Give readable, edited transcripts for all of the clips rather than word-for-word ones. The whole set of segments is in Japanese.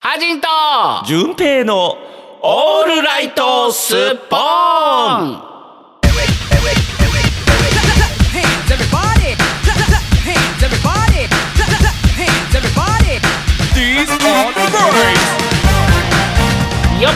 ハジンと純平のオールライトスッポーン。よっ、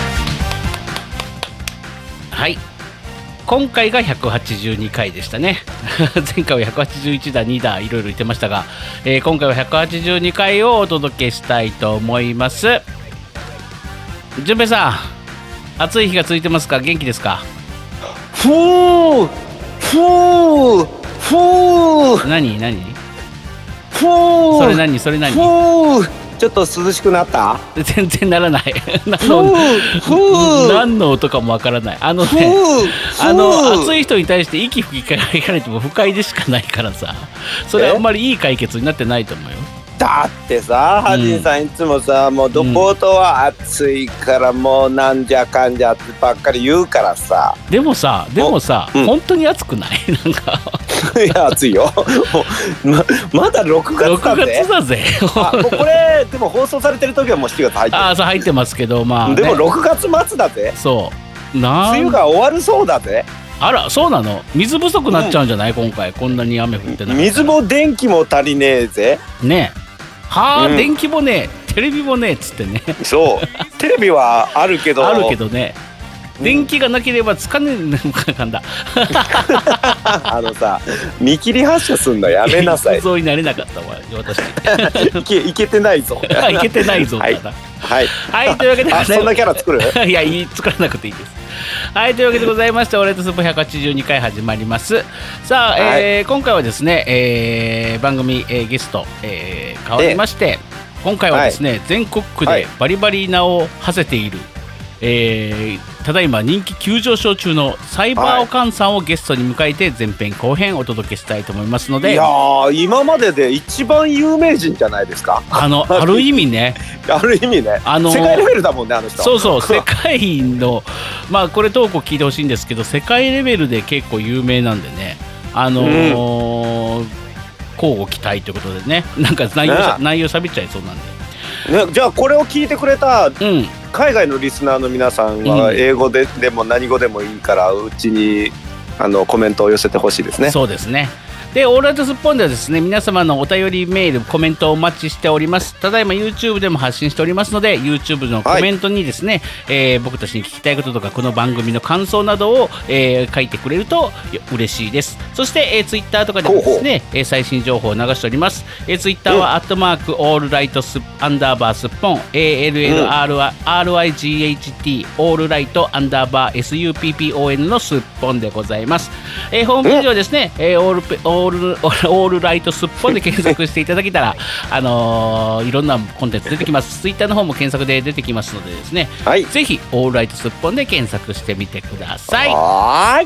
はい、今回が182回でしたね前回は181だ2だいろいろ言ってましたが、今回は182回をお届けしたいと思います。順平さん、暑い日が続いてますか？元気ですか？ ふーふーふー何ふーそれ何ふーちょっと涼しくなった？ 全然ならない何の音かもわからない。暑い人に対して息吹きかれても不快でしかないからさ、それあんまりいい解決になってないと思うよ。 だってさ、ハジンさんいつもさ、もうどことは暑いからもうなんじゃかんじゃってばっかり言うからさ。 でもさ、本当に暑くない？なんかいや暑いよまだ6月だぜ。 6月だぜこれでも放送されてる時はもう7月入ってる。 そう入ってますけど、まあ、ね、 でも6月末だぜ。 そう梅雨が終わるそうだぜ。 あら、そうなの？水不足になっちゃうんじゃない？今回こんなに雨降ってない。 水も電気も足りねえぜ。ねえ。はあ、電気もね、テレビもねっつってね。 そうテレビはあるけどね、電気がなければつかねえのかかんださ、見切り発車すんのやめなさい。 そうになれなかったわ私いけてないぞいけてないぞだな。はい、というわけでそんなキャラ作る？いや、作らなくていいです。はい、というわけでございまして、オールライトスッポン182回始まります。さあ、今回はですね、番組、ゲスト、変わりまして、今回はですね、全国区でバリバリ名を馳せている、ただいま人気急上昇中のサイバーおかんさんをゲストに迎えて前編後編お届けしたいと思いますので。 いやー、今までで一番有名人じゃないですか。 ある意味ね世界レベルだもんね、あの人。 そう世界のまあこれトークを聞いてほしいんですけど、世界レベルで結構有名なんでね、交互期待ということでね、なんか内容喋っちゃいそうなんで、 じゃあこれを聞いてくれた、海外のリスナーの皆さんは英語でも何語でもいいからうちにコメントを寄せてほしいですね。 そうですね。で、オールライトスッポンではですね、皆様のお便りメール、コメントをお待ちしております。ただいま YouTube でも発信しておりますので、 YouTube のコメントにですね、僕たちに聞きたいこととかこの番組の感想などを、書いてくれると嬉しいです。そして、Twitter とかでもですね、最新情報を流しております。Twitter は@オールライトス_スッポン ALLRIGHT オールライト_SUPPON のスッポンでございます。ホームページはですね、オールライトスッポンで検索していただけたらいろんなコンテンツ出てきます。ツイッターの方も検索で出てきますのでですね、ぜひオールライトスッポンで検索してみてください。はい、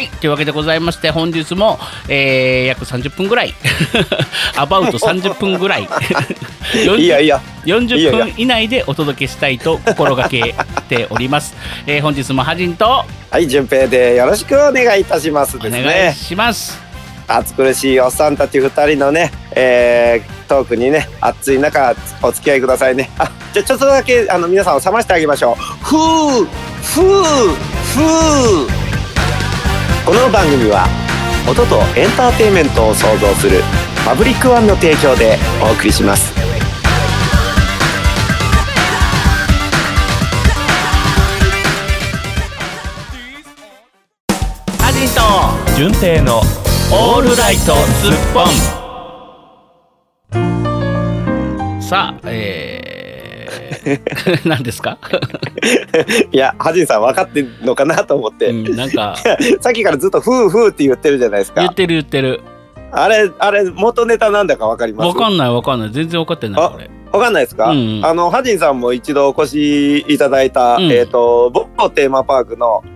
というわけでございまして、本日も、約30分ぐらいアバウト30分ぐらい40分以内でお届けしたいと心がけております。本日もハジンと順平でよろしくお願いいたしますですね。 お願いします。 暑苦しいおっさんたち2人のね、トークにね、暑い中お付き合いくださいね。じゃあちょっとだけ皆さんを冷ましてあげましょう。ふーふーふー。この番組は音とエンターテインメントを創造するパブリックワンの提供でお送りします。 ハジンと純平のオールライトスッポン。さあ、何ですかいや、ハジンさん分かってんのかなと思って、 なんかさっきからずっとフーフーって言ってるじゃないですか。 言ってる。 あれ元ネタなんだか分かります？ 分かんない全然分かってない。これ分かんないですか？ハジンさんも一度お越しいただいた、某テーマパークの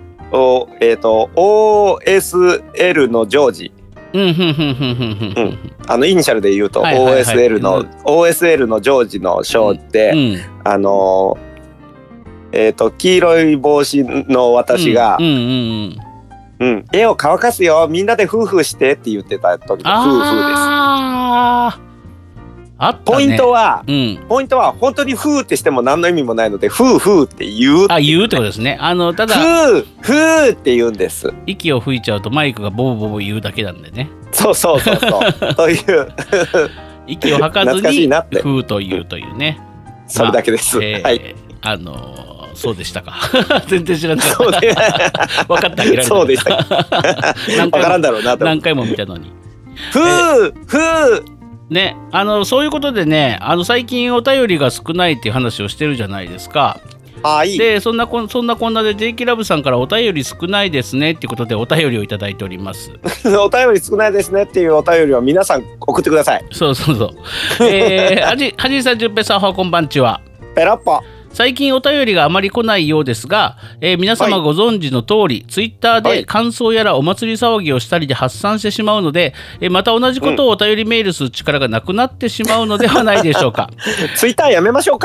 OSL のジョージ、イニシャルで言うと OSL のジョージのショーで、黄色い帽子の私が、絵を乾かすよ、みんなでフーフーしてって言ってた時のフーフーです。 あったね。 ポイントは、 うん、 ポイントは本当にフーってしても何の意味もないので、フーフーって言う。 言うってことですね。ただフーフーって言うんです。 息を吹いちゃうとマイクがボボボボ言うだけなんでね。 そうという息を吐かずにフーと言うというね。 それだけです。はい。 そうでしたか。全然知らなかった。分かってあげられない。 そうでした。分からんだろうなと。 何回も見たのに。 ふーね、そういうことでね、最近お便りが少ないっていう話をしてるじゃないですか。 いい。 でそんなこんなで JK ラブさんからお便り少ないですねっていうことでお便りをいただいております。 お便り少ないですねっていうお便りを皆さん送ってください。 そうはじさん、じゅんぺいさん、こんばんちは。 ペラッパ。 最近お便りがあまり来ないようですが、皆様ご存知の通り、ツイッターで感想やらお祭り騒ぎをしたりで発散してしまうので、また同じことをお便りメールする力がなくなってしまうのではないでしょうか。 ツイッターやめましょうか。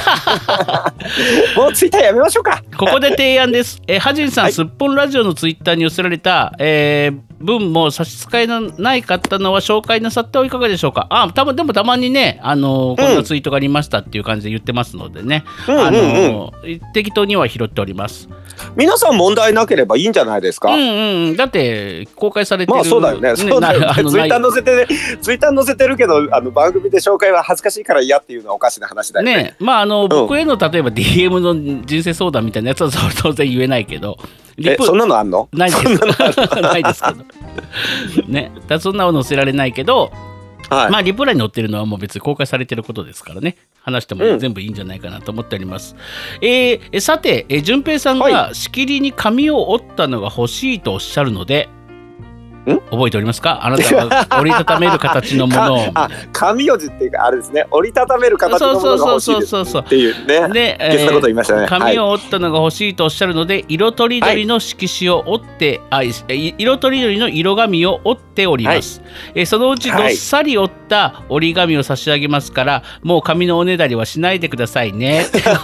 もうツイッターやめましょうか。 ここで提案です。はじんさん、すっぽんラジオのツイッターに寄せられた、文も差し支えのないかったのは紹介なさってはいかがでしょうか。でもたまにね、こんなツイートがありましたっていう感じで言ってますのでね、適当には拾っております。 皆さん問題なければいいんじゃないですか。 だって公開されてる。 まあそうだよね。ツイッター載せてるけど番組で紹介は恥ずかしいから嫌っていうのはおかしな話だよね。 僕への例えば DM の人生相談みたいなやつは当然言えないけど。 そんなのあんの？ ないです。ないですけど。ね、そんなの載せられないけど、リプライに載ってるのはもう別に公開されてることですからね、話しても全部いいんじゃないかなと思っております。さて、順平さんがしきりに髪を折ったのが欲しいとおっしゃるので、覚えておりますか？あなたが折りたためる形のものを髪をっていうかあれですね、折りたためる形のものが欲しいですっていうね。そんなこと言いましたね。 髪を折ったのが欲しいとおっしゃるので、色とりどりの色紙を折って、色とりどりの色紙を折っております。そのうちどっさり折った折り紙を差し上げますから、もう髪のおねだりはしないでくださいね。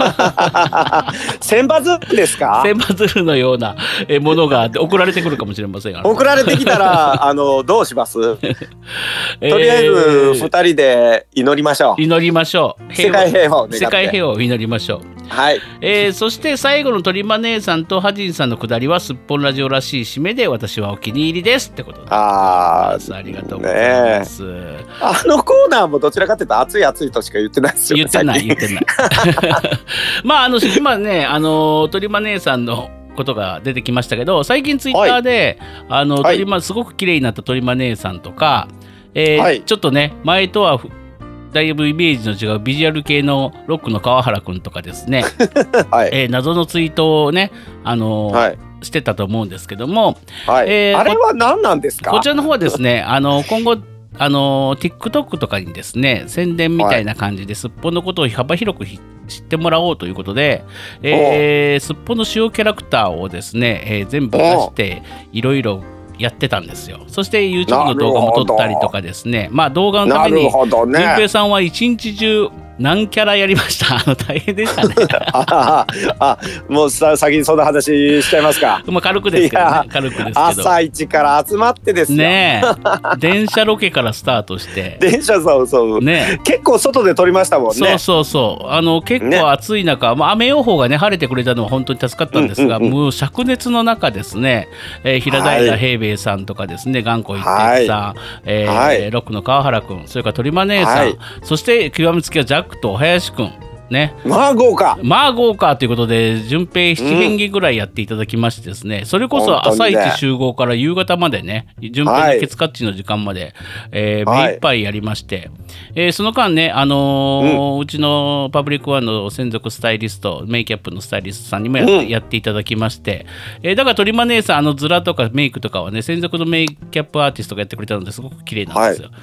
千羽鶴ですか？ 千羽鶴のようなものが送られてくるかもしれません。 送られてきたらどうします？とりあえず2人で祈りましょう。世界平和を願って。世界平和を祈りましょう。はい。 そして最後の鳥間姉さんとハジンさんのくだりはすっぽんラジオらしい締めで私はお気に入りですってことで。ありがとうございます。 コーナーもどちらかというと熱いとしか言ってないですよ。 言ってない。今ね鳥間姉さんのことが出てきましたけど、最近ツイッターで、すごく綺麗になった鳥間姉さんとか、ちょっとね前とはだいぶイメージの違うビジュアル系のロックの川原くんとかですね、謎のツイートをねしてたと思うんですけども、 あれは何なんですか？ こちらの方はですね今後TikTok とかにですね宣伝みたいな感じですっぽんのことを幅広く知ってもらおうということで、すっぽんの主要キャラクターをですね、全部出していろいろやってたんですよ。そして YouTube の動画も撮ったりとかですね、動画のために順平さんは一日中何キャラやりました？大変でしたね。 もう先にそんな話しちゃいますか。 軽くですけどね。 朝一から集まってですね。電車ロケからスタートして。 そうね。結構外で撮りましたもんね。 そう。結構暑い中、雨予報がね晴れてくれたのは本当に助かったんですが、もう灼熱の中ですね。平平平兵衛さんとかですね、頑固一徹さん、ロックの川原くん、それから鳥間姉さん、そして極めつきはジャックと林くんね、豪華ということで順平7変化ぐらいやっていただきましてですね、それこそ朝一集合から夕方までね順平のケツカッチの時間まで、目いっぱいやりまして、その間ね、うちのパブリックワンの専属スタイリストメイキャップのスタイリストさんにもやっていただきまして、だから鳥間姉さんズラとかメイクとかはね専属のメイキャップアーティストがやってくれたのですごく綺麗なんですよ。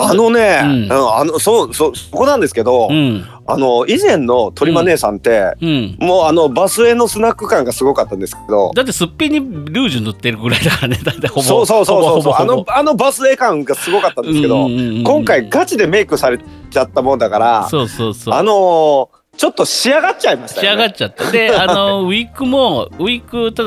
そこなんですけど、以前の鳥間姉さんって、もうバスへのスナック感がすごかったんですけど、 だってすっぴんにルージュ塗ってるぐらいだからね。だってほぼそうバスへ感がすごかったんですけど、今回ガチでメイクされちゃったもんだから、ちょっと仕上がっちゃいましたよね。 仕上がっちゃった。でウィッグただ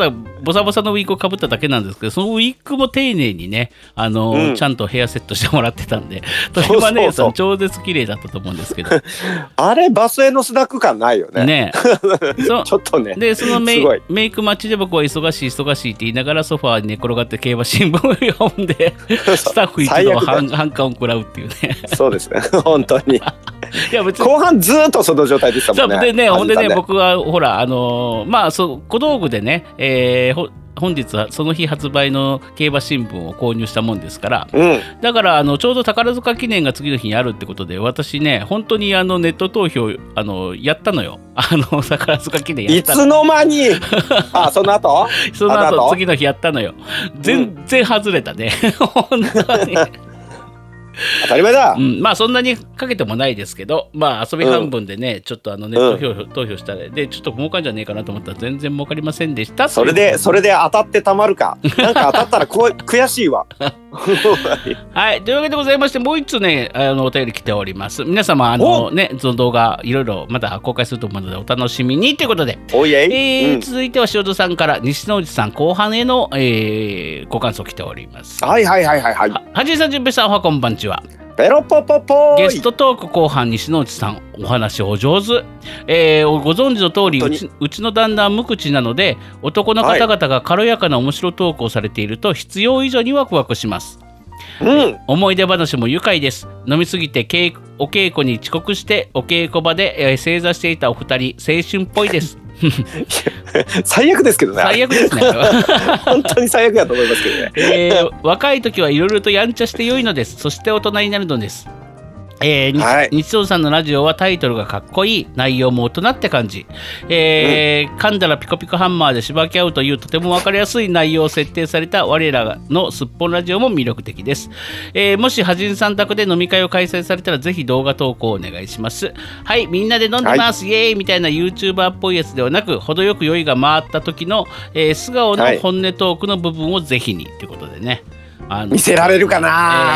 ボサボサのウィッグをかぶっただけなんですけど、そのウィッグも丁寧にね、ちゃんとヘアセットしてもらってたんで、鳥羽姉さん超絶綺麗だったと思うんですけど、 あれバスへのスナック感ないよね。 ねちょっとね。 でそのメイク待ちで僕は忙しいって言いながらソファーに寝転がって競馬新聞を読んでスタッフ一同反感を食らうっていうね。 そうですね、本当に。 いや別に後半ずっとその状態でしたもんね。 ほんでね僕はほらまあ小道具でね、本日はその日発売の競馬新聞を購入したもんですから、だからちょうど宝塚記念が次の日にあるってことで、私ね本当にネット投票やったのよ。宝塚記念やったの。 いつの間にその後次の日やったのよ。全然外れたね、本当に。 当たり前だ。 まあそんなにかけてもないですけど、まあ遊び半分でね、ちょっとネット投票したらでちょっと儲かんじゃねえかなと思ったら全然儲かりませんでした。 それで当たってたまるか。なんか当たったら悔しいわ。 はい、というわけでございまして、もう一つねお便り来ております。皆様ねその動画いろいろまた公開すると思うのでお楽しみにということで、続いては塩戸さんから西之内さん後半への、ご感想来ております。 はい。 はじいさん、じゅんぺいさん、おはこんばんちは。 ペロポポポーイ。 ゲストトーク後半、西之内さんお話お上手。ご存知の通りうちの旦那は無口なので、男の方々が軽やかな面白トークをされていると必要以上にワクワクします。思い出話も愉快です。飲みすぎてお稽古に遅刻してお稽古場で、正座していたお二人、青春っぽいです。 最悪ですけどね。 最悪ですね。 本当に最悪だと思いますけどね。 若い時はいろいろとやんちゃして良いのです。そして大人になるのです。日常さんのラジオはタイトルがかっこいい、内容も大人って感じ、噛んだらピコピコハンマーでしばき合うというとても分かりやすい内容を設定された我らのすっぽんラジオも魅力的です。もしはじんさん宅で飲み会を開催されたらぜひ動画投稿をお願いします。はい、みんなで飲んでます、イエーイみたいな YouTuber っぽいやつではなく、程よく酔いが回った時の、素顔の本音トークの部分をぜひにということでね、 見せられるかな。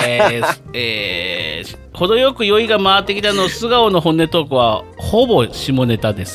程よく酔いが回ってきたの素顔の本音トークはほぼ下ネタです。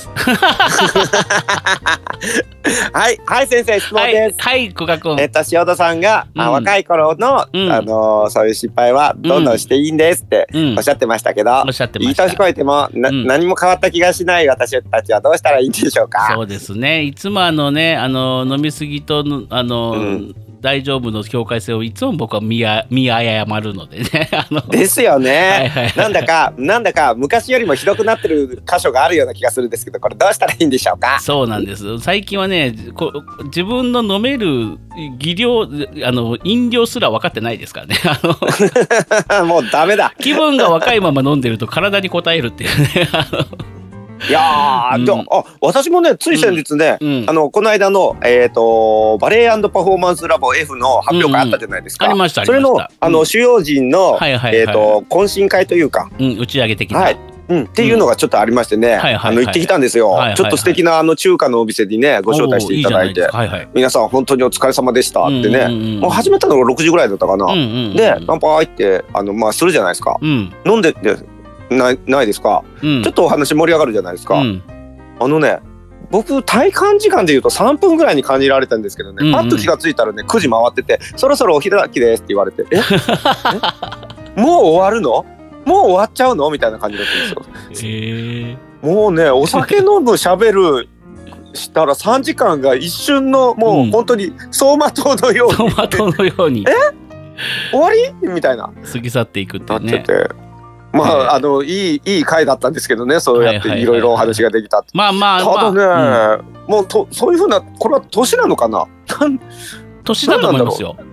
はい先生、質問です。 はい古賀君。 塩田さんが、若い頃の、そういう失敗はどんどんしていいんですっておっしゃってましたけど、いい年こえても何も変わった気がしない私たちはどうしたらいいんでしょうか。 そうですね、いつも飲みすぎと大丈夫の境界線をいつも僕は見誤るのでね。 ですよね。なんだか昔よりもひどくなってる箇所があるような気がするんですけど、これどうしたらいいんでしょうか。 そうなんです。最近はね、自分の飲める飲料すら分かってないですからね。 もうダメだ。 気分が若いまま飲んでると体に応えるっていうね。 いや私もね、つい先日ね、この間の、バレエ&パフォーマンスラボ F の発表会あったじゃないですか。 ありました。 それの、主要人の、懇親会というか、 打ち上げ的な、 っていうのがちょっとありましてね、行ってきたんですよ。ちょっと素敵な中華のお店にねご招待していただいて、皆さん本当にお疲れ様でしたってね、もう始めたのが6時ぐらいだったかな。で乾杯ってするじゃないですか。飲んでってないですか、ちょっとお話盛り上がるじゃないですか。僕体感時間でいうと3分ぐらいに感じられたんですけどね、パッと気がついたらね9時回ってて、そろそろお開きですって言われて、もう終わるの？もう終わっちゃうの？みたいな感じだったんですよ。もうね、お酒飲む喋るしたら3時間が一瞬のもう本当に走馬灯のように、終わり？みたいな過ぎ去っていくってね。 いい回だったんですけどね、そうやっていろいろお話ができた。ただね、もうそういうふうな、これは年なのかな。 年だと思いますよ。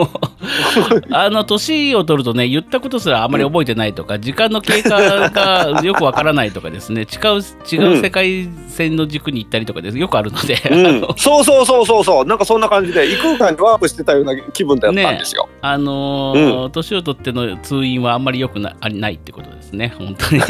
年を取るとね、言ったことすらあまり覚えてないとか、時間の経過がよくわからないとかですね、違う世界線の軸に行ったりとかですよくあるので、 そうなんかそんな感じで異空間にワープしてたような気分だったんですよ。 年を取っての通院はあんまり良くないってことですね、本当に。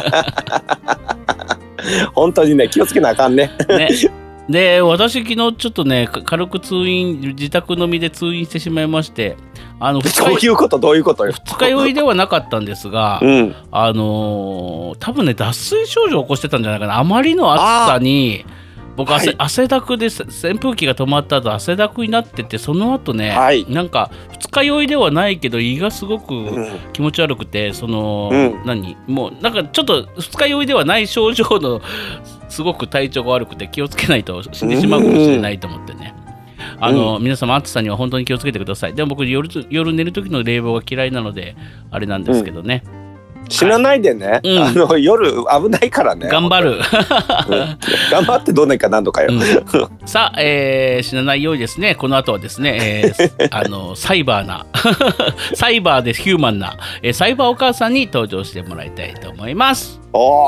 本当にね、気をつけなあかんね。 で、私昨日ちょっとね軽く自宅飲みで通院してしまいまして、 どういうことよ。 二日酔いではなかったんですが、多分ね脱水症状を起こしてたんじゃないかな。あまりの暑さに僕はい汗だくで扇風機が止まった後汗だくになってて、その後ね、 はいなんか二日酔いではないけど胃がすごくうん気持ち悪くて、 うんもうなんかちょっと二日酔いではない症状のすごく体調が悪くて気をつけないと死んでしまうかもしれないと思ってね、皆様暑さには本当に気をつけてください。でも僕夜寝る時の冷房が嫌いなのであれなんですけどね、 死なないでね、 うん夜危ないからね。 頑張る、 うん頑張ってどうにかなんのかよ。 さあ、死なないようにですね、この後はですね、サイバーなサイバーでヒューマンな、サイバーお母さんに登場してもらいたいと思います。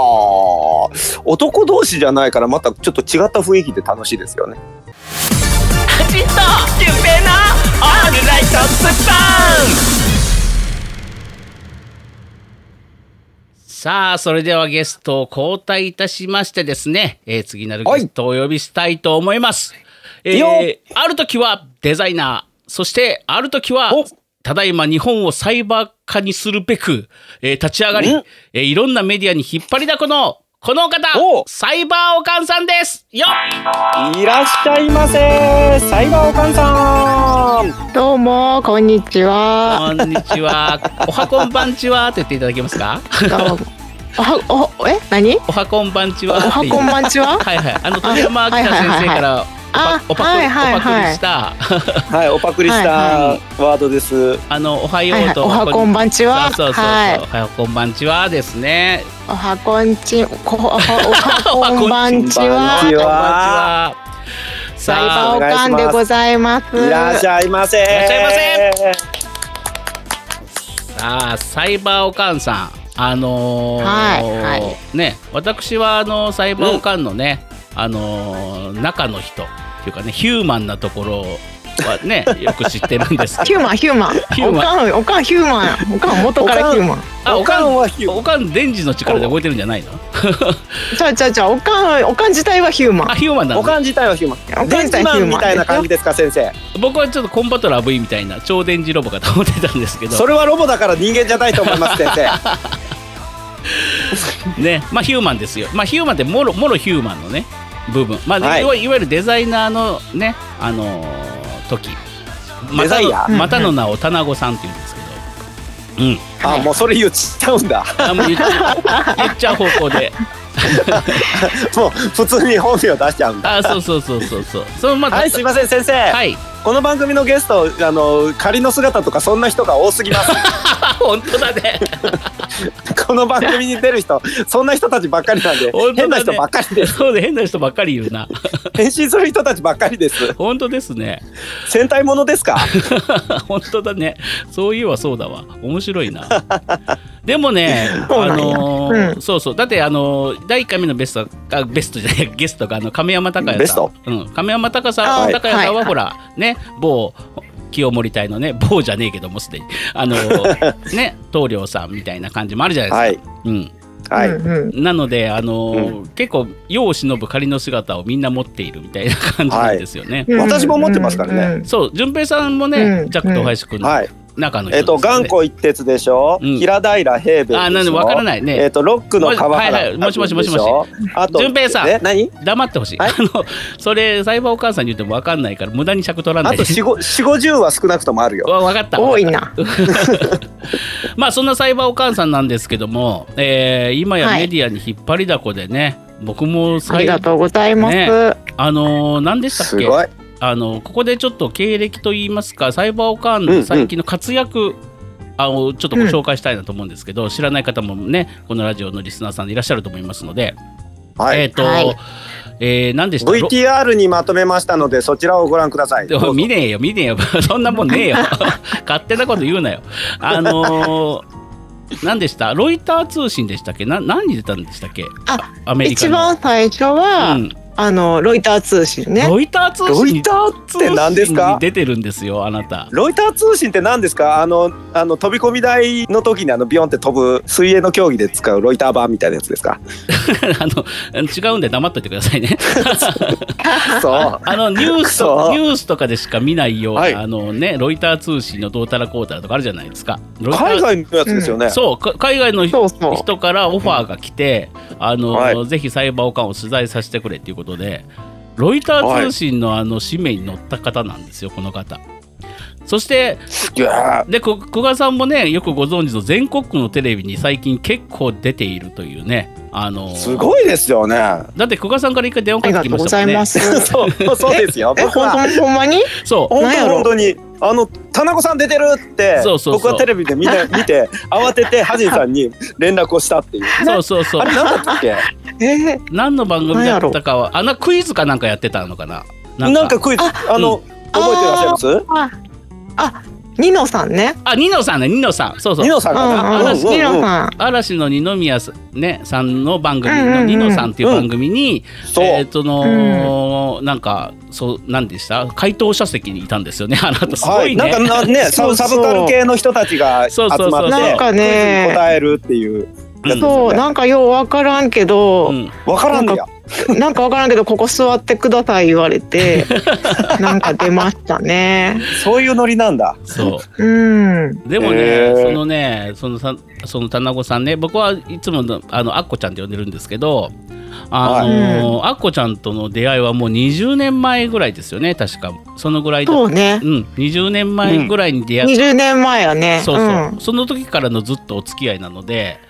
男同士じゃないからまたちょっと違った雰囲気で楽しいですよね。 カチッとキュンペーなオールライトスパン。さあ、それではゲストを交代いたしましてですね、次なるゲストをお呼びしたいと思います。ある時はデザイナー、そしてある時はただいま日本をサイバー化にするべく、立ち上がり、いろんなメディアに引っ張りだこのこの方、サイバーおかんさんですよ。 いらっしゃいませ、サイバーおかんさん。 どうもこんにちは。 こんにちは。おはこんばんちはと言っていただけますか。 何？ おはこんばんちは。 おはこんばんちは。 はいはい。鳥山明先生からおパクリした。 はい、おパクリしたワードです。 おはようとおはこんばんちは。 そう。おはこんばんちはですね。 おはこんち、おはこんばんちは。サイバーおかんでございます。 いらっしゃいませ。 さあ、サイバーおかんさん。ね、私はサイバーおかんのね、中の人っていうかね、ヒューマンなところはねよく知ってるんですけど。 ヒューマン。おかんヒューマン。おかん元からヒューマン。 おかん電磁の力で動いてるんじゃないの？ ちゃおかん自体はヒューマン。 ヒューマンなんだ。 おかん自体はヒューマン。電磁マンみたいな感じですか、先生？ 僕はちょっとコンバトラー V みたいな超電磁ロボかと思ってたんですけど。 それはロボだから人間じゃないと思います、先生。 ね、まあヒューマンですよ。まあヒューマンってもろヒューマンのね部分、まあ、いわゆるデザイナーのね時、またの名を棚子さんって言うんですけど、 もうそれ言っちゃうんだ。 もう言っちゃう方向で。 もう普通に本名出しちゃうんだ。 そう。 はい、すいません先生。 はい。 この番組のゲスト仮の姿とかそんな人が多すぎます。 本当だね。 この番組に出る人そんな人たちばっかりなんで、変な人ばっかりです。 そうで、変な人ばっかりいるな。 変身する人たちばっかりです。 本当ですね。 戦隊ものですか？ 本当だね。そういえばそうだわ。面白いな。でもね、そうだって第1回目のゲストが亀山隆也さん。亀山隆也さんはほらね、某清盛隊のね、某じゃねえけどもすでにね、棟梁さんみたいな感じもあるじゃないですか。なので結構世を忍ぶ仮の姿をみんな持っているみたいな感じなんですよね。 私も持ってますからね。 そう、順平さんもね、ジャックと大志くんの中の人ですね。 頑固一徹でしょ、平平平兵衛でしょ、 なんで分からないね。 ロックの川原、 もしもしあと順平さん、 何黙ってほしい。それサイバーお母さんに言っても分かんないから無駄に尺取らないで。 あと4050は少なくともあるよ。 分かった。 多いな。 まあそんなサイバーお母さんなんですけども、今やメディアに引っ張りだこでね、僕もありがとうございます。 何でしたっけ？ すごい。 ここでちょっと経歴といいますか、サイバーおかんの最近の活躍、ちょっとご紹介したいなと思うんですけど、知らない方もね、このラジオのリスナーさんでいらっしゃると思いますので、何でした？ VTR にまとめましたのでそちらをご覧ください。 見ねえよそんなもんねえよ。勝手なこと言うなよ。何でした？ロイター通信でしたっけ？何に出たんでしたっけ？アメリカの。 一番最初は、ロイター通信ね。 ロイター通信って何ですか？ 出てるんですよ、あなた。 ロイター通信って何ですか？飛び込み台の時にビヨンって飛ぶ水泳の競技で使うロイター版みたいなやつですか？ 違うんで黙っといてくださいね。 そうニュースとかでしか見ないような、ロイター通信のどうたらこうたらとかあるじゃないですか。 海外のやつですよね。 そう海外の人からオファーが来て、ぜひサイバーオカンを取材させてくれっていうことでロイター通信の紙面に載った方なんですよ、この方。そしてで古賀さんもねよくご存知の全国区のテレビに最近結構出ているというね、 すごいですよね。 だって古賀さんから一回電話かけてきましたもんね。 ありがとうございますそうですよ。僕はほんまにそう本当に田中さん出てるって僕はテレビで見て慌ててハジンさんに連絡をしたっていう。 そうあれ何だったっけ？ 何の番組だったかはクイズかなんかやってたのかな。 なんかクイズ覚えてらっしゃいます？ ニノさんね。 ニノさんね、ニノさん。そう。 ニノさんかな。 ニノさん。 嵐の二宮さんの番組のニノさんっていう番組に、なんか何でした？回答者席にいたんですよね。あなたすごいね。 なんかね、サブカル系の人たちが集まって答えるっていう。 そう、なんかようわからんけど、 わからんねや。 なんかわからんけどここ座ってください言われてなんか出ましたね。 そういうノリなんだ。 そう。でもね、その田中さんね、僕はいつもアッコちゃんって呼んでるんですけど、アッコちゃんとの出会いはもう20年前ぐらいですよね、確か。そのぐらいで。 そうね。 20年前ぐらいに出会って。 20年前やね。 そう。その時からのずっとお付き合いなので、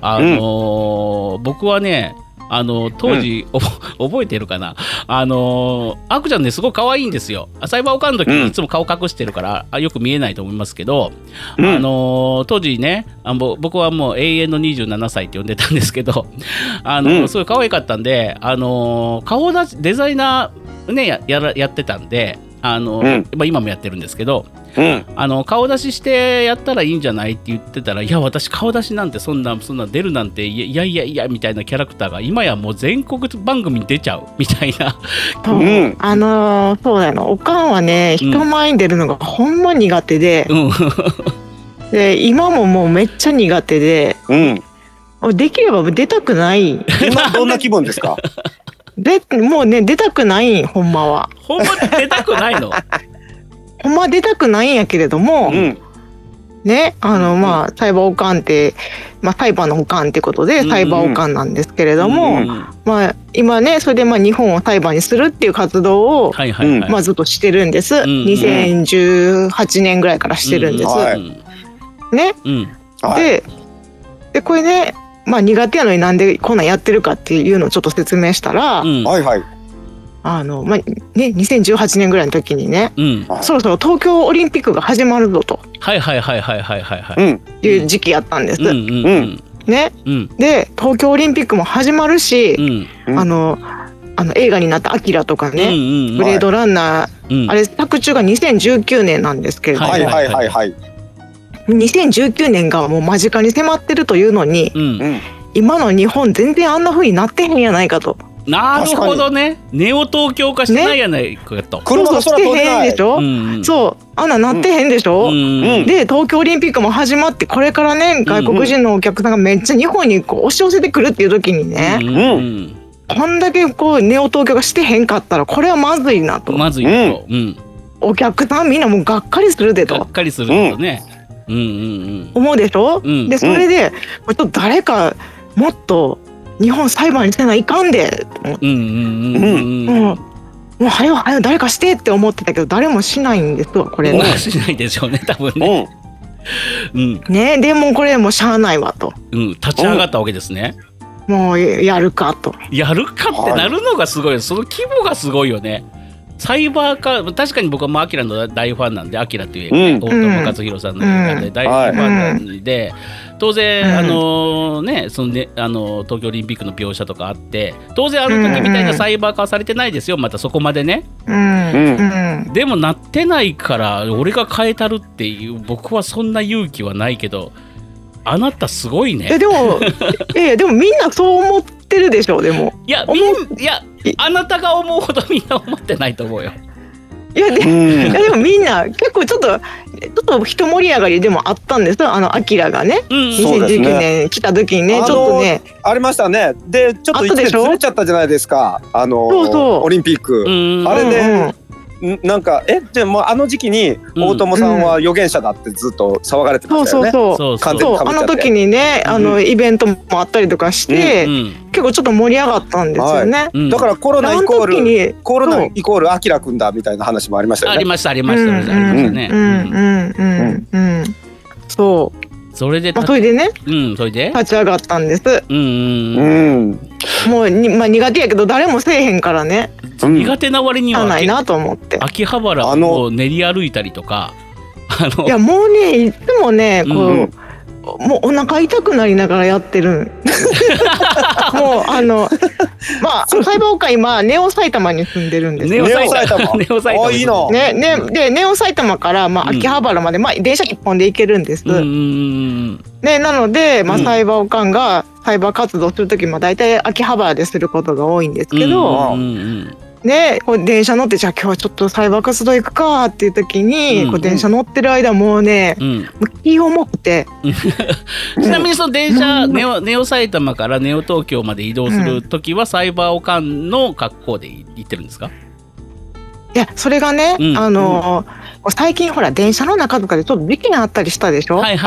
僕はね。当時、覚えてるかな、アクちゃんねすごい可愛いんですよ。サイバーオカンの時にいつも顔隠してるからよく見えないと思いますけど、当時ね僕はもう永遠の27歳って呼んでたんですけどすごい可愛かったんで顔出しデザイナーねやってたんで今もやってるんですけど、顔出ししてやったらいいんじゃないって言ってたら、いや私顔出しなんてそんな出るなんていやみたいなキャラクターが今やもう全国番組に出ちゃうみたいな。 そうだよ。おかんはね人前に出るのがほんま苦手で、で今ももうめっちゃ苦手で、できれば出たくない。 今どんな気分ですか？ もうね出たくないほんまは。 ほんま出たくないの？ ほんま出たくないんやけれども、ねサイバーオカンってサイバーのオカンってことでサイバーオカンなんですけれども、今ねそれで日本をサイバーにするっていう活動をずっとしてるんです。2018年ぐらいからしてるんです。ね。でこれね苦手なのになんでこんなんやってるかっていうのをちょっと説明したら、2018年ぐらいの時にね、そろそろ東京オリンピックが始まるぞという時期やったんです。ね、で東京オリンピックも始まるし、映画になったアキラとかね、ブレードランナー、あれ作中が2019年なんですけれども、2019年がもう間近に迫ってるというのに、今の日本全然あんな風になってへんやないかと。 なるほどね。ネオ東京化してないやないかと。 車が空飛んでないでしょ。そうあんななってへんでしょ。で東京オリンピックも始まってこれからね外国人のお客さんがめっちゃ日本に押し寄せてくるっていう時にね、こんだけネオ東京化してへんかったらこれはまずいなと。 まずいと。 お客さんみんなもうがっかりするでと。 がっかりするとね。 思うでしょ。でそれでちょっと誰かもっと日本裁判にせないかんで、もうはよ誰かしてって思ってたけど誰もしないんですわこれ。 しないでしょうね多分ね。 ねでもこれもうしゃあないわと。 立ち上がったわけですね。 もうやるかと。 やるかってなるのがすごい。その規模がすごいよね。サイバー化、確かに僕はアキラの大ファンなんで、アキラという映画、大友克洋さんの映画で大ファンなんで、当然、東京オリンピックの描写とかあって、当然あの時みたいなサイバー化はされてないですよ、またそこまでね。でもなってないから俺が変えたるっていう、僕はそんな勇気はないけど、あなたすごいね。 でもみんなそう思ってるでしょ。でもいやあなたが思うほどみんな思ってないと思うよ。 いやでもみんな結構ちょっと一盛り上がりでもあったんですよ。アキラがね、2019年来た時にね、ちょっとねありましたね。でちょっと1年ずれちゃったじゃないですか。オリンピックあれでなんかじゃあもうあの時期に大友さんは預言者だってずっと騒がれてましたよね。 そう完全に被っちゃって。 あの時にねイベントもあったりとかして、結構ちょっと盛り上がったんですよね。 だからコロナイコールアキラくんだみたいな話もありましたよね。 ありましたね。 そう。それでね、それで立ち上がったんです。もう苦手やけど誰もせえへんからね。 苦手な割にはないなと思って。 秋葉原を練り歩いたりとか。 いやもうねいつもねこう、もうお腹痛くなりながらやってる。もうサイバーオカ今ネオ埼玉に住んでるんです。 ネオ埼玉いいの。 でネオ埼玉から秋葉原まで電車1本で行けるんです。なのでサイバーオカンがサイバー活動する時も大体秋葉原ですることが多いんですけど。ね、こう電車乗ってじゃあ今日はちょっとサイバー活動行くかっていう時に、こう電車乗ってる間もうね、気重くて。 ちなみにその電車ネオ埼玉からネオ東京まで移動する時はサイバーオカンの格好で行ってるんですか？ いやそれがね、最近ほら電車の中とかでちょっとビキがあったりしたでしょ。 ね、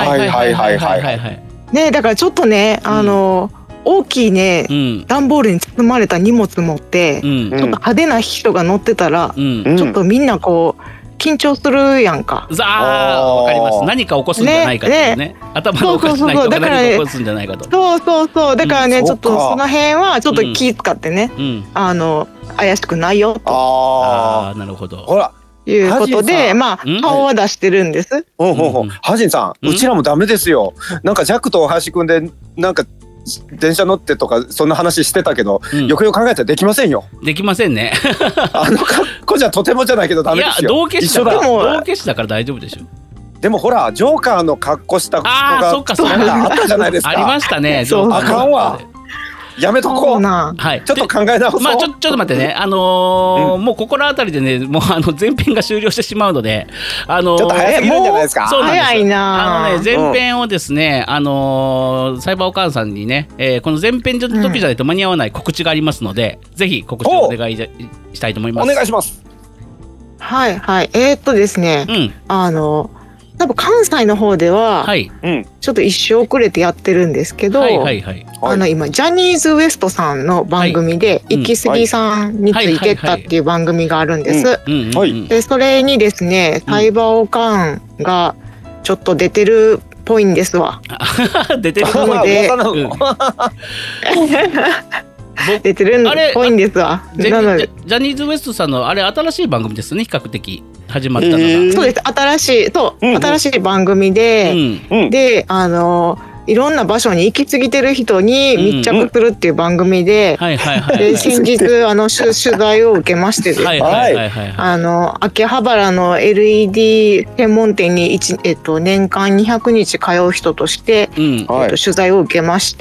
だからちょっとね大きいね、段ボールに包まれた荷物持って、ちょっと派手な人が乗ってたら、ちょっとみんなこう緊張するやんか。 わかります。何か起こすんじゃないかとね。頭がおかしない人が何か起こすんじゃないかと。 そうだからね、ちょっとその辺はちょっと気使ってね、怪しくないよと。 なるほど。 ほら。 いうことで顔は出してるんです。 ハジンさん、うちらもダメですよ。なんかジャックと大橋くんでなんか電車乗ってとかそんな話してたけど、よくよく考えたらできませんよ。 できませんね。 あの格好じゃとてもじゃないけどダメですよ。 いや同化師だから大丈夫でしょ。 でもほらジョーカーの格好した子があったじゃないですか。 ありましたね。 あかんわ。やめとこう。ちょっと考え直そう。 ちょっと待ってね。もうここらあたりでね、もう前編が終了してしまうので、 ちょっと早すぎるんじゃないですか。 早いな。 前編をですね、サイバーオカンさんにね、この前編の時じゃないと間に合わない告知がありますので、ぜひ告知をお願いしたいと思います。 お願いします。 ですね、多分関西の方ではちょっと一周遅れてやってるんですけど、今ジャニーズ WEST さんの番組でイキスギさんについてったっていう番組があるんです。でそれにですねサイバーオカンがちょっと出てるっぽいんですわ。 出てるので出てるっぽいんですわ。 ジャニーズ WEST さんのあれ新しい番組ですね。比較的始まったのが、 そうです。新しい番組で、でいろんな場所に行き過ぎてる人に密着するっていう番組で、先日取材を受けましてですね、秋葉原の LED 専門店に年間200日通う人として、取材を受けまして、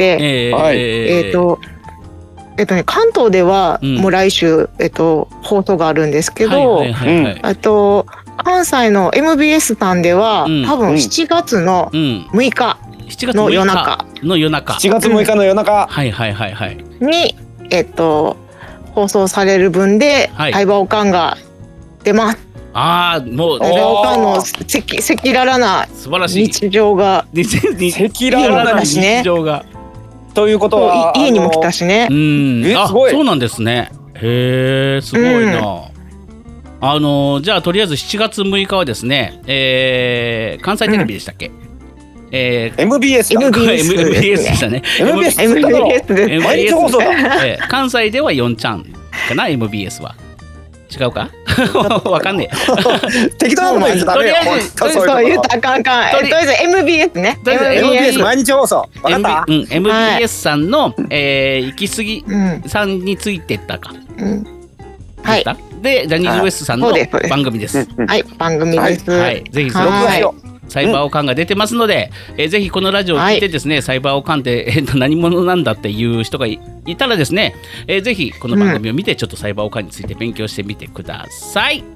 関東ではもう来週、放送があるんですけど、関西の MBS さんでは、多分7月の6日の夜中 7月6日の夜中に放送される分でサイバーオカンが出ます。 もうサイバーオカンの赤裸々な日常が赤裸々な日常がということは家にも来たしね。 すごい。 そうなんですね。へえ、すごいな。じゃあとりあえず7月6日はですね、関西テレビでしたっけ ？MBS でしたね。 MBS 毎日放送だ。 関西では4ちゃんかな MBS は。違うかわかんねえ。適当なこと言ってダメよ。 そう言ったらあかん。とりあえず MBS ね。 MBS 毎日放送。わかった？ MBS さんの行き過ぎさんについてったか。 はい。 でジャニーズ WEST さんの番組です。 はい、番組です。 はい、ぜひ録画しよう。サイバーオカンが出てますので、ぜひこのラジオを聞いてですね、サイバーオカンって何者なんだっていう人が いたらですね、ぜひこの番組を見てちょっとサイバーオカンについて勉強してみてください。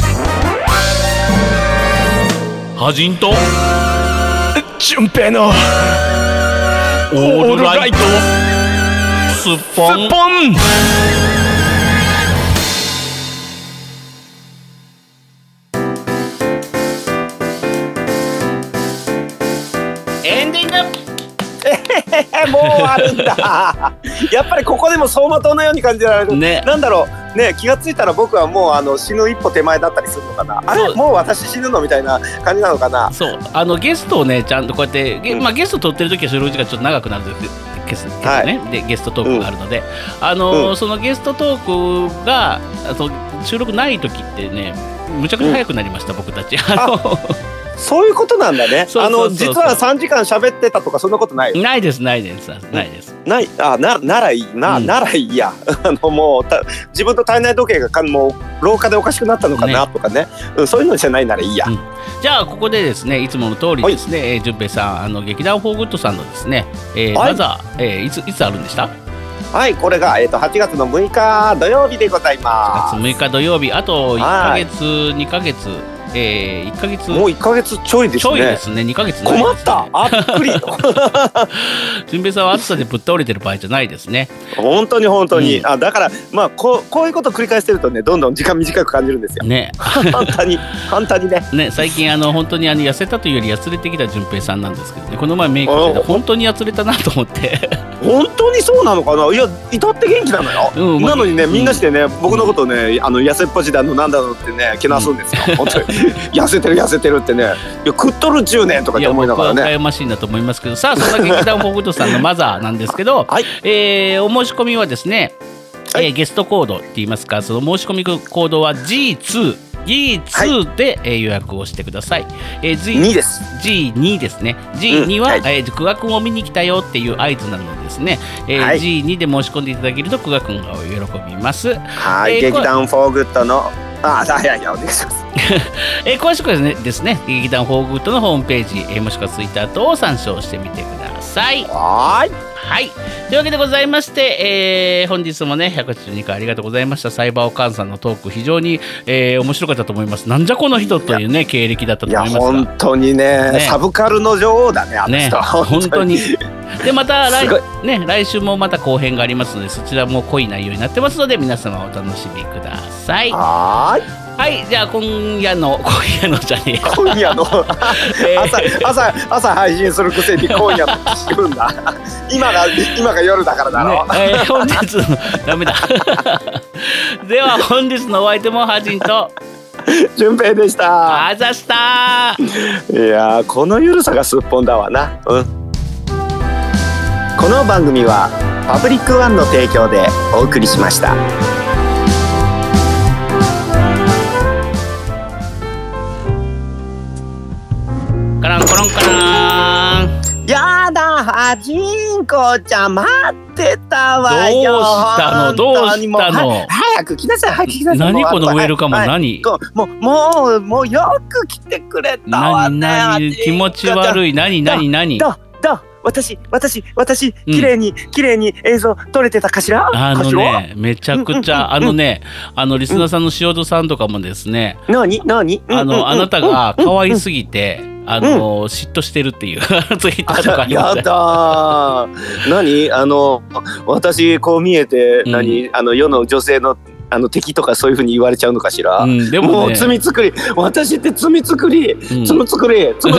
ハジンと純平のオールライトスッポン。 もう終わるんだやっぱりここでも走馬灯のように感じられる、 ね、 なんだろうね、気がついたら僕はもう死ぬ一歩手前だったりするのかな、あれもう私死ぬのみたいな感じなのかな。 そうゲストをねちゃんとこうやってゲスト撮ってる時は収録時間ちょっと長くなるんですけどね、でゲストトークがあるので、そのゲストトークが収録ない時ってねむちゃくちゃ早くなりました、僕たち。 そういうことなんだね。実は3時間喋ってたとかそんなことない？ ないです。ない。 ならいいならいいや。もう自分と体内時計がもう廊下でおかしくなったのかなとかね、そういうのじゃないならいいや。 じゃあここでですね、いつもの通りですね、順平さん劇団フォーグッドさんのですね、まずはいつあるんでした？ はい、これが8月の6日土曜日でございます。 8月6日土曜日、あと1ヶ月2ヶ月。1ヶ月もう1ヶ月ちょいですね。ちょいですね。2ヶ月、困ったあっくり順平さんは暑さでぶっ倒れてる場合じゃないですね。 本当に、だからまあこういうことを繰り返してるとね、どんどん時間短く感じるんですよね。簡単にね。最近本当に痩せたというよりやつれてきた順平さんなんですけどね、この前メイクして本当にやつれたなと思って本当にそうなのかな。いや至って元気なのよ、なのにね、みんなしてね、僕のことね痩せっぽちだのなんだのってねけなすんですよ、本当に痩せてるってね、いや食っとる10年とかって思いながらね。 いや僕は羨ましいんだと思いますけど、さあそんな劇団フォーグッドさんのマザーなんですけど、お申し込みはですね、ゲストコードって言いますか、その申し込みコードは G2 で予約をしてください。 2です。 G2 ですね。G2 は久我君を見に来たよっていう合図なのでですね、G2 で申し込んでいただけると久我君が喜びます。 劇団フォーグッドのいやお願いします詳しくはですね、劇団フォーグッドのホームページ、もしくはツイッター等を参照してみてください。はい。というわけでございまして、本日もね182回ありがとうございました。サイバーおかんさんのトーク非常に、面白かったと思います。なんじゃこの人というね経歴だったと思いますが、 本当にねサブカルの女王だね、あの人。 本当にでまた来週もまた後編がありますので、そちらも濃い内容になってますので皆様お楽しみください。はい、じゃあ今夜のじゃねえよ今夜の朝配信するくせに今夜の聞くんだ今が夜だからだろ、 本日のダメだでは本日のお相手もハジンと順平でした。 あざした。 いやこのゆるさがすっぽんだわな。この番組はパブリックワンの提供でお送りしました。 カランコロンカラン。 やだ、はじんこちゃん待ってたわよ。 どうしたの早く来なさい、 何このウェルカム、何もうよく来てくれたわね。 何気持ち悪い。何私綺麗に映像撮れてたかしら。 めちゃくちゃリスナーさんの塩戸さんとかもですね、 何あなたが可愛すぎて嫉妬してるっていうツイッターとかありました。やだ私こう見えて世の女性の敵とかそういう風に言われちゃうのかしら。でもね、もう罪作り、私って罪作り、つむ作り、つむ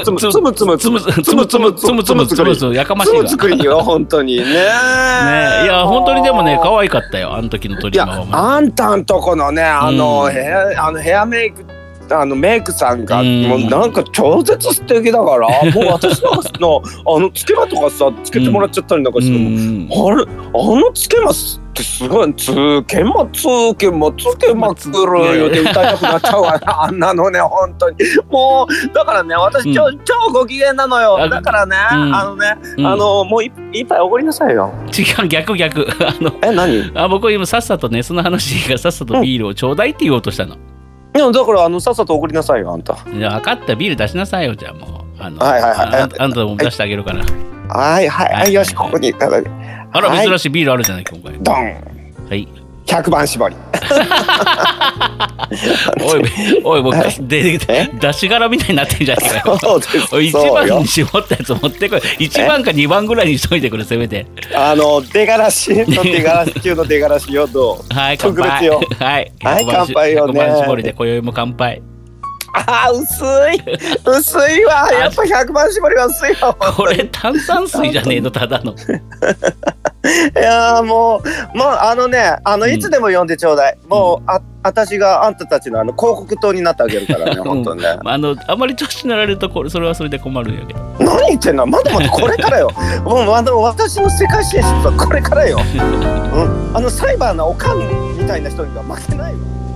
やかましいわ。 作りよ本当にね。いや本当にでもね可愛かったよ、あの時の鳥は。 あんたんとこのねヘアメイクメイクさんがもうなんか超絶素敵だからもう私のつけまとかさつけてもらっちゃったりなんかしても、つけますってすごいつけまくるよって歌いたくなっちゃうわあんなのね本当に。もうだからね私超ご機嫌なのよ。だからねもう一杯おごりなさいよ。 違う、逆何僕は今さっさとねその話がさっさとビールをちょうだいって言おうとしたの。 いやだからさっさとおごりなさいよあんた。 いや分かった、ビール出しなさいよ。じゃあもうあんたも出してあげるから。 はいよし、ここにあら珍しいビールあるじゃない今回。 ドン。 はい。 100番搾り。 おい、もう出し柄みたいになってんじゃないかよ。1番に絞ったやつ持ってこい。1番か2番ぐらいにしといてくれ、せめて。 出がらし中の出がらしよ、どう？ はい、乾杯。 はい、乾杯よね。 100番搾りで今宵も乾杯。 薄いわ。やっぱ100番搾りは薄いわ。 これ炭酸水じゃねえの、ただの。 いやもういつでも呼んでちょうだい。もう私があんたたちの広告塔になってあげるからね、本当にね。 あまり調子になられるとそれはそれで困るんやけど。 何言ってんの、まだまだこれからよ。もう私の世界進出はこれからよ。サイバーのおかんみたいな人には負けないよ。